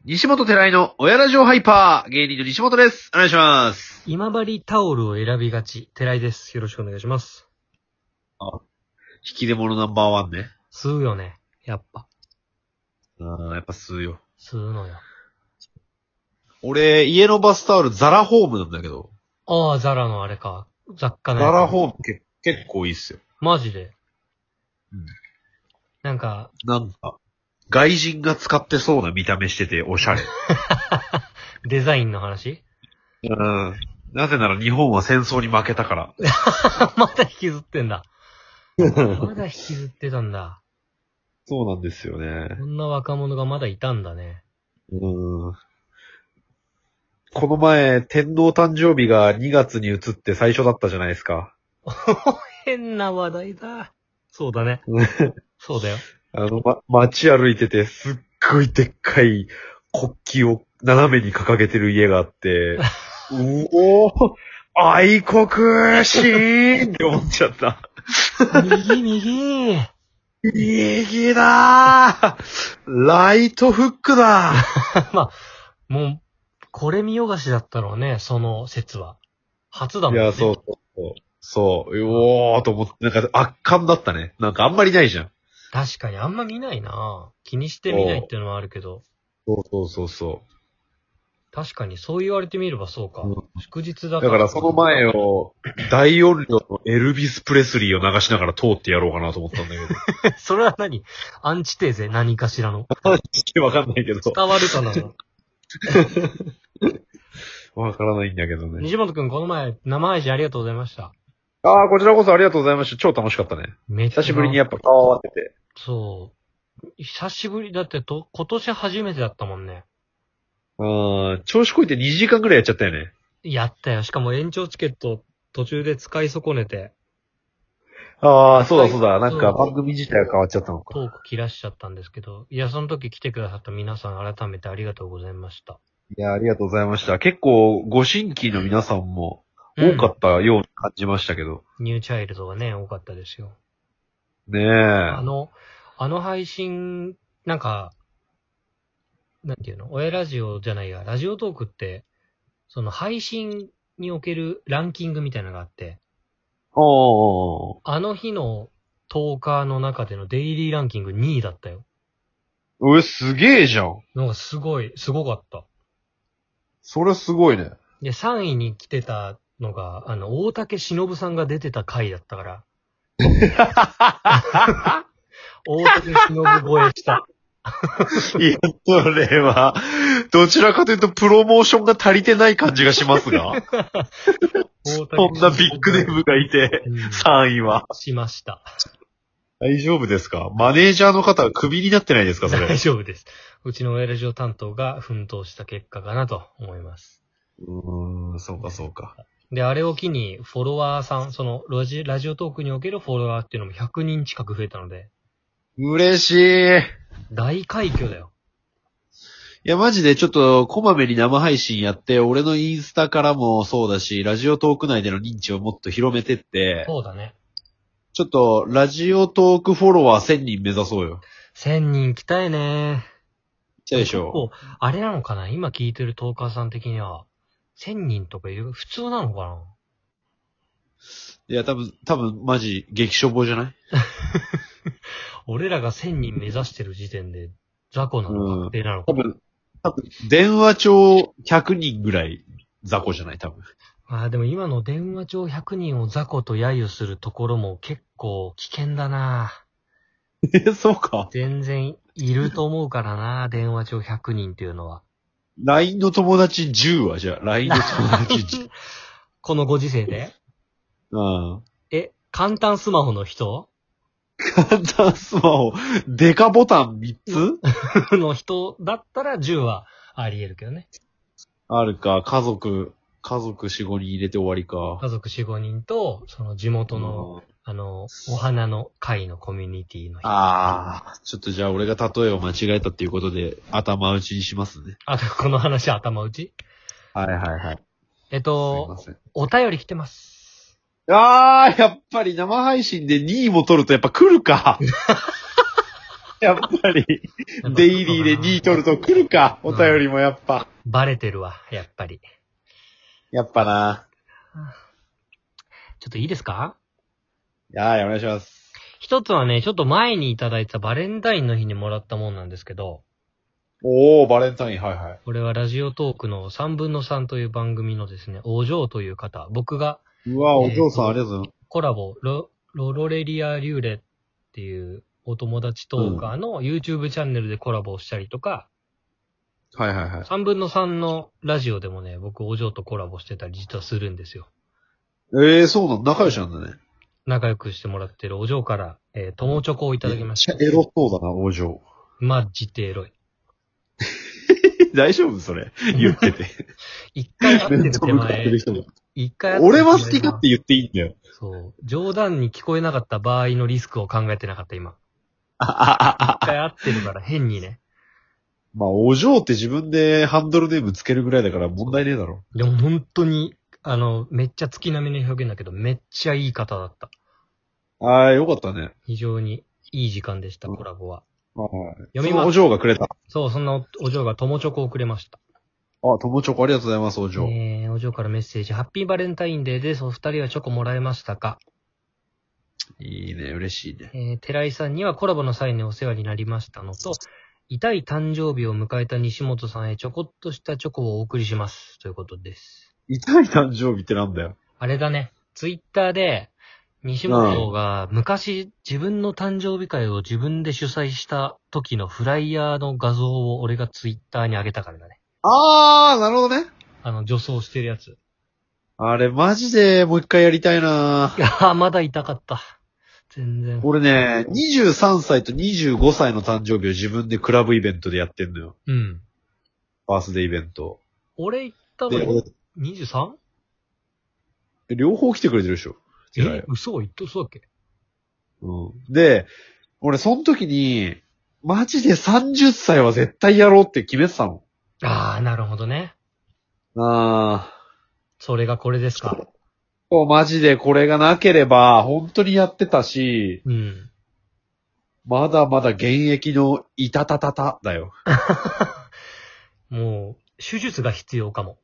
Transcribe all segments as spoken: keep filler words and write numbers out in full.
西本寺井の親ラジオハイパー、芸人の西本です。お願いします。 今治タオルを選びがち、寺井です。よろしくお願いします。 あ、引き出物ナンバーワンね。 吸うよね、やっぱ。 ああ、やっぱ吸うよ。 吸うのよ。 俺、家のバスタオルザラホームなんだけど。 ああ、ザラのあれか。雑貨のザやつ。 ラホームけ結構いいっすよ。 マジで。 うん。 なんか、 なんか、外人が使ってそうな見た目してておしゃれ。 デザインの話うん。なぜなら日本は戦争に負けたから。 まだ引きずってんだ。まだ引きずってたんだ。 そうなんですよね。 こんな若者がまだいたんだね。 うん。この前、天皇誕生日がにがつに移って最初だったじゃないですか。 変な話題だ。そうだね。そうだよ。 あの、ま、街歩いてて、すっごいでっかい国旗を斜めに掲げてる家があって、うおー、愛国心って思っちゃった。 右右右だーライトフックだまあ、もう、これ見よがしだったのね、その説は。初だもんね。 いや、そうそうそう。そう、おーと思って、なんか圧巻だったね。なんかあんまりないじゃん。 確かにあんま見ないな。気にして見ないっていうのはあるけど。 そうそうそうそう。 確かにそう言われてみればそうか。 うん祝日だだからその前を、大音量のエルビス・プレスリーを流しながら通ってやろうかなと思ったんだけど。 それは何アンチテーゼ何かしらの。 わかんないけど。 伝わるかなわからないんだけどね。 西本くんこの前生配信ありがとうございました。 ああ、こちらこそありがとうございました。超楽しかったね。 めっちゃ。 久しぶりにやっぱ顔合わせて。 そう。久しぶりだってと、今年初めてだったもんね。 ああ、調子こいてにじかんぐらいやっちゃったよね。 やったよ。しかも延長チケット途中で使い損ねて。 ああ、そうだそうだ。なんか番組自体が変わっちゃったのか。 トーク切らしちゃったんですけど。いや、その時来てくださった皆さん改めてありがとうございました。 いや、ありがとうございました。結構、ご新規の皆さんも多かったように感じましたけど。 うん、ニューチャイルドがね、多かったですよ。 ねえ。 あの、あの配信、なんか、なんていうの親ラジオじゃないや、ラジオトークって、その配信におけるランキングみたいなのがあって、 おー。 あの日のトーカーの中でのデイリーランキングにいだったよ。 うえ、すげえじゃん。 なんかすごい、すごかった。それすごいね。 で、さんいに来てたのが、あの、大竹しのぶさんが出てた回だったから。大竹しのぶ超えした。 いや、それは、どちらかというとプロモーションが足りてない感じがしますが。そんなビッグネームがいて、うん、さんいは。 しました。 大丈夫ですか？マネージャーの方はクビになってないですかそれ。 大丈夫です。うちの親ラジオ担当が奮闘した結果かなと思います。 うーん、そうかそうか。 で、あれを機にフォロワーさん、そのラジ、ラジオトークにおけるフォロワーっていうのもひゃくにん近く増えたので。 嬉しい。 大快挙だよ。 いや、マジでちょっと、こまめに生配信やって、俺のインスタからもそうだし、ラジオトーク内での認知をもっと広めてって、 そうだね。 ちょっと、ラジオトークフォロワーせんにん目指そうよ。 せんにん来たいね。 来たでしょ。 あれなのかな今聞いてるトーカーさん的には、せんにんとかいう、普通なのかないや、多分、多分、マジ、激しょぼじゃない俺らがせんにん目指してる時点で、雑魚なの確定なのかな、 うん、多分、多分、電話帳ひゃくにんぐらい雑魚じゃない多分。 ああ、でも今の電話帳ひゃくにんを雑魚と揶揄するところも結構危険だな。 え、そうか。 全然いると思うからな、電話帳ひゃくにんっていうのは。 ライン の友達じゅうはじゃあ、ライン の友達じゅう。 このご時世でうん。 え、簡単スマホの人簡単スマホ、デカボタンみっつの人だったらじゅうはあり得るけどね。 あるか、家族、家族よん、ごにん入れて終わりか。 家族よん、ごにんと、その地元の、あの、お花の会のコミュニティの人。 ああ、ちょっとじゃあ俺が例えを間違えたっていうことで、頭打ちにしますね。 あ、この話頭打ちはいはいはい。 えっと、お便り来てます。 ああ、やっぱり生配信でにいも取るとやっぱ来るか。 やっぱり、デイリーでにい取ると来るか、お便りもやっぱ。 バレてるわ、やっぱり。 やっぱな。 ちょっといいですか？ はい、お願いします。 一つはね、ちょっと前にいただいたバレンタインの日にもらったもんなんですけど、 おー、バレンタイン、はいはい。 これはラジオトークのさんぶんのさんという番組のですね、お嬢という方、僕がうわ、お嬢さん、 えーとありがとうございます。 コラボ、ロ、ロロレリア・リューレっていうお友達トーカーの YouTube チャンネルでコラボをしたりとか、 はいはいはい。 さんぶんのさんのラジオでもね、僕お嬢とコラボしてたり実はするんですよ。 えー、そうなの、仲良しなんだね。 仲良くしてもらってるお嬢から、えー、友チョコをいただきました。 めっちゃエロそうだな、お嬢。 マジでエロい。 大丈夫それ。言ってて。 一回会ってる手前、一回会ってる手前俺は好きかって言っていいんだよ。 そう。冗談に聞こえなかった場合のリスクを考えてなかった、今。 あああ一回会ってるから変にね。 まあ、お嬢って自分でハンドルネームつけるぐらいだから問題ねえだろ。 でも本当に、あの、めっちゃ月並みの表現だけど、めっちゃいい方だった。 ああ、よかったね。 非常にいい時間でした、コラボは。 はい。 読みますそのお嬢がくれた。 そう、そんなおお嬢が友チョコをくれました。 あ、友チョコありがとうございます、お嬢。 えー、お嬢からメッセージ。ハッピーバレンタインデーです。お二人はチョコもらえましたか？ いいね、嬉しいね。 えー、寺井さんにはコラボの際にお世話になりましたのと、痛い誕生日を迎えた西本さんへちょこっとしたチョコをお送りします。ということです。 痛い誕生日ってなんだよ。 あれだね。ツイッターで、西本が昔自分の誕生日会を自分で主催した時のフライヤーの画像を俺がツイッターに上げたからだね。 あー、なるほどね。 あの、女装してるやつ。 あれ、マジでもう一回やりたいないやー、まだ痛かった。全然。 俺ね、にじゅうさんさいとにじゅうごさいの誕生日を自分でクラブイベントでやってんのよ。 うん。 バースデーイベント。 俺行ったで、 の俺、 にじゅうさん？ 両方来てくれてるでしょ。 え、嘘言っとそうだっけ？ うん。で、俺その時に、マジでさんじゅっさいは絶対やろうって決めてたの。 あー、なるほどね。 あそれがこれですか。 ー。マジでこれがなければ、本当にやってたし、 うん。 まだまだ現役のいたたたただよ。 もう、手術が必要かも。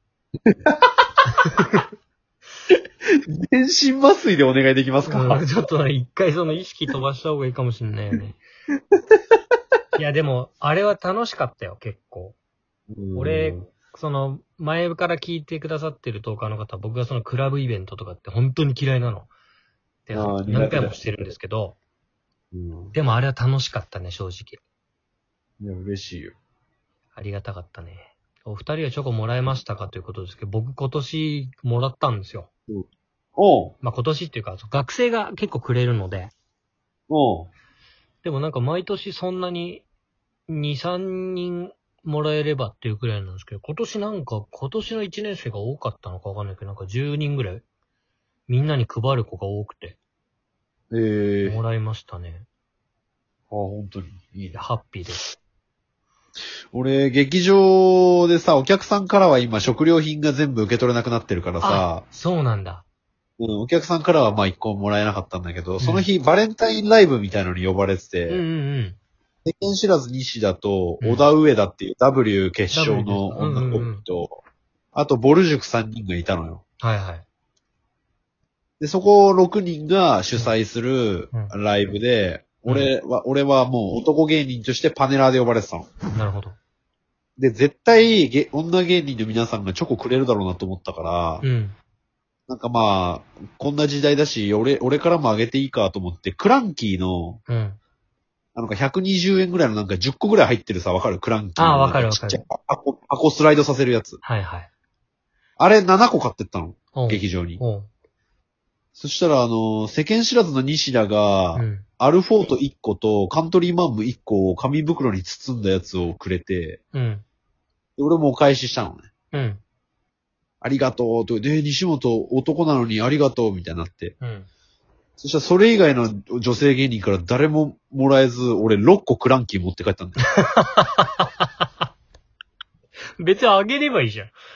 全身麻酔でお願いできますか、 うん、ちょっとね、一回その意識飛ばした方がいいかもしんないよね。いや、でも、あれは楽しかったよ、結構。俺、その、前から聞いてくださってるトーカーの方は、僕がそのクラブイベントとかって本当に嫌いなの。で、 あー何回もしてるんですけど、 うん、 でもあれは楽しかったね、正直。 いや、嬉しいよ。 ありがたかったね。お二人はチョコもらえましたかということですけど、僕今年もらったんですよ。 おう。 まあ今年っていうか、学生が結構くれるので、 おう。 でもなんか毎年そんなにに、さんにんもらえればっていうくらいなんですけど、今年なんか、今年のいちねん生が多かったのかわかんないけど、なんかじゅうにんぐらいみんなに配る子が多くて、 ええー。 もらいましたね。 あ、本当に。いいね。 ハッピーです。 俺、劇場でさ、お客さんからは今食料品が全部受け取れなくなってるからさ、 そうなんだ。 うん、お客さんからはまあ一個もらえなかったんだけど、その日バレンタインライブみたいのに呼ばれてて、 うんうんうん。 世間知らず西田と、 うん小田上田っていう W 決勝の女の子と、あとボル塾さんにんがいたのよ。 はいはい。 で、そころくにんが主催するうんライブで、俺は、俺はもう男芸人としてパネラーで呼ばれてたの。 なるほど。 で、絶対げ、女芸人の皆さんがチョコくれるだろうなと思ったから、 うん。 なんかまあ、こんな時代だし、俺、俺からもあげていいかと思って、クランキーの、 うん。 なんかひゃくにじゅうえんぐらいのなんかじゅっこぐらい入ってるさ、わかるクランキーの。 あーわかるわかるちっちゃい箱、箱スライドさせるやつ。 はいはい。 あれななこ買ってったの。 おう劇場に。 おうそしたらあの、世間知らずの西田が、 うん。 アルフォートいっことカントリーマンムいっこを紙袋に包んだやつをくれて、 うん。 で俺もお返ししたのね。 うん。 ありがとうと、で、西本男なのにありがとうみたいになって。 うん。 そしたらそれ以外の女性芸人から誰ももらえず、俺ろっこクランキー持って帰ったんだよ。 別にあげればいいじゃん。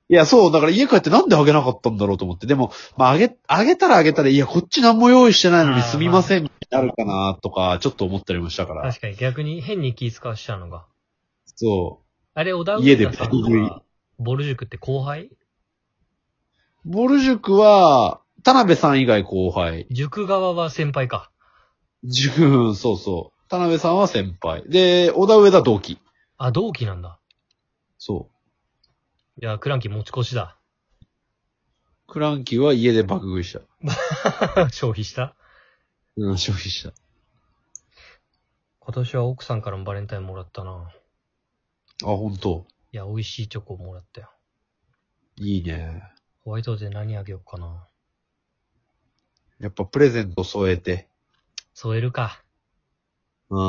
いや、そう、だから家帰ってなんであげなかったんだろうと思って。でも、まあ、あげ、あげたらあげたら、いや、こっち何も用意してないのにすみません、みたいになるかな、とか、ちょっと思ったりもしたから。 確かに逆に変に気遣わしちゃうのが。 そあれ、小田う。家で上田さんパク食い。 は、ボル塾って後輩？ ボル塾は、田辺さん以外後輩。 塾側は先輩か。 塾、そうそう。田辺さんは先輩。で、小田上田同期。 あ、同期なんだ。 そう。 いや、クランキー持ち越しだ。 クランキーは家で爆食いした。 消費した。 うん、消費した。 今年は奥さんからもバレンタインもらったな。 あ、ほんと。 いや、美味しいチョコをもらったよ。 いいね。 ホワイトデー何あげようかな。 やっぱプレゼント添えて。 添えるか。 うん。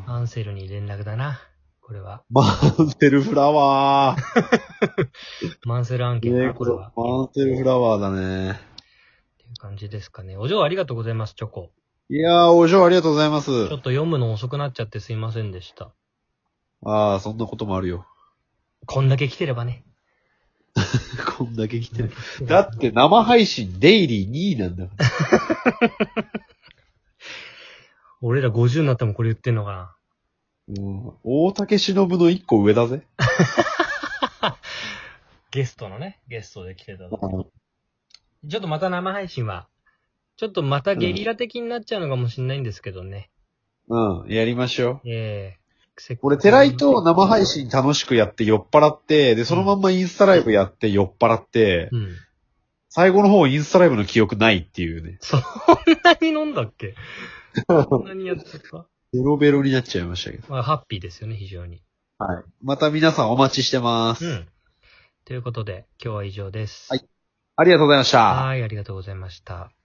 アンセルに連絡だな。これは。 マンセルフラワー。 マンセル案件か、 ねこれこれは。 マンセルフラワーだね。 っていう感じですかね。お嬢ありがとうございます、チョコ。 いやー、お嬢ありがとうございます。 ちょっと読むの遅くなっちゃってすいませんでした。 ああ、そんなこともあるよ。 こんだけ来てればね。 こんだけ来てる。だって生配信デイリーにいなんだから。 俺らごじゅうになってもこれ言ってんのかな。 うん、大竹しのぶの一個上だぜ。 ゲストのね、ゲストで来てたと。ちょっとまた生配信は、ちょっとまたゲリラ的になっちゃうのかもしれないんですけどね。 うん、やりましょう。 ええー。 俺、寺井と生配信楽しくやって酔っ払って、で、そのまんまインスタライブやって酔っ払って、 うん。 最後の方インスタライブの記憶ないっていうね。 そんなに飲んだっけそんなにやっちゃったベロベロになっちゃいましたけど。 まあ、ハッピーですよね、非常に。 はい。また皆さんお待ちしてます。 うん。ということで、今日は以上です。 はい。ありがとうございました。 はい、ありがとうございました。